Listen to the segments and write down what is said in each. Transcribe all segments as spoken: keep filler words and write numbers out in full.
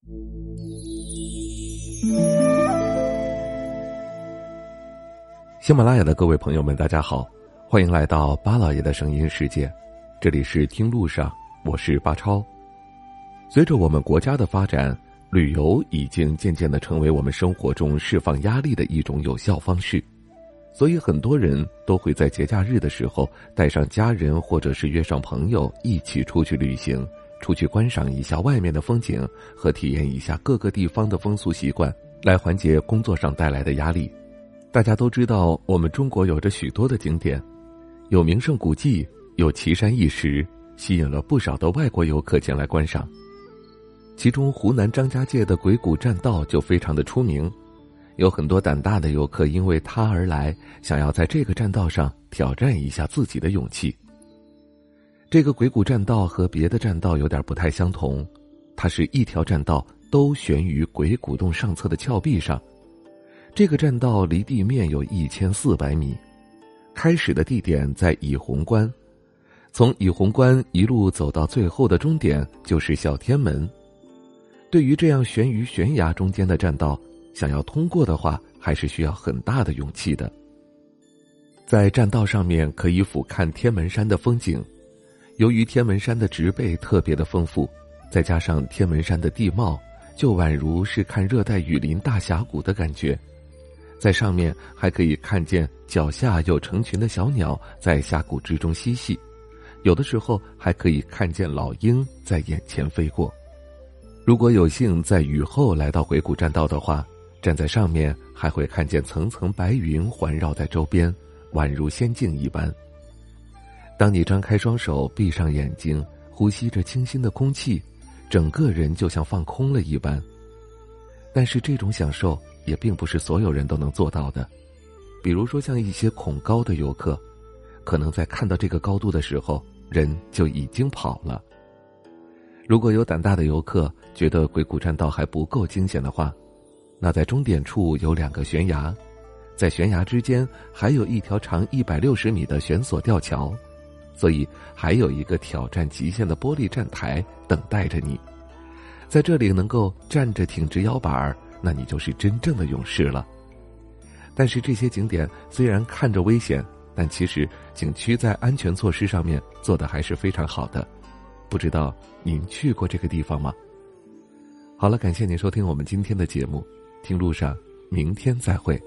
喜马拉雅的各位朋友们大家好，欢迎来到巴老爷的声音世界，这里是听路上，我是巴超。随着我们国家的发展，旅游已经渐渐地成为我们生活中释放压力的一种有效方式，所以很多人都会在节假日的时候带上家人或者是约上朋友一起出去旅行，出去观赏一下外面的风景和体验一下各个地方的风俗习惯，来缓解工作上带来的压力。大家都知道我们中国有着许多的景点，有名胜古迹，有奇山异石，吸引了不少的外国游客前来观赏。其中湖南张家界的鬼谷栈道就非常的出名，有很多胆大的游客因为它而来，想要在这个栈道上挑战一下自己的勇气。这个鬼谷栈道和别的栈道有点不太相同，它是一条栈道都悬于鬼谷洞上侧的峭壁上。这个栈道离地面有一千四百米，开始的地点在倚红关，从倚红关一路走到最后的终点就是小天门。对于这样悬于悬崖中间的栈道，想要通过的话，还是需要很大的勇气的。在栈道上面可以俯瞰天门山的风景，由于天门山的植被特别的丰富，再加上天门山的地貌，就宛如是看热带雨林大峡谷的感觉。在上面还可以看见脚下有成群的小鸟在峡谷之中嬉戏，有的时候还可以看见老鹰在眼前飞过。如果有幸在雨后来到鬼谷栈道的话，站在上面还会看见层层白云环绕在周边，宛如仙境一般。当你张开双手，闭上眼睛，呼吸着清新的空气，整个人就像放空了一般。但是这种享受也并不是所有人都能做到的，比如说像一些恐高的游客，可能在看到这个高度的时候，人就已经跑了。如果有胆大的游客觉得鬼谷栈道还不够惊险的话，那在终点处有两个悬崖，在悬崖之间还有一条长一百六十米的悬索吊桥，所以还有一个挑战极限的玻璃站台等待着你。在这里能够站着挺直腰板，那你就是真正的勇士了。但是这些景点虽然看着危险，但其实景区在安全措施上面做得还是非常好的。不知道您去过这个地方吗？好了，感谢您收听我们今天的节目，听路上，明天再会。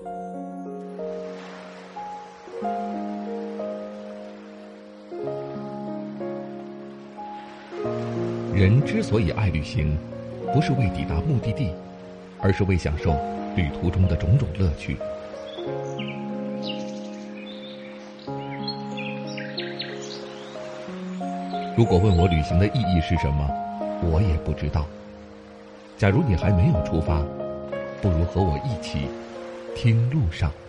人之所以爱旅行，不是为抵达目的地，而是为享受旅途中的种种乐趣。如果问我旅行的意义是什么，我也不知道。假如你还没有出发，不如和我一起听路上。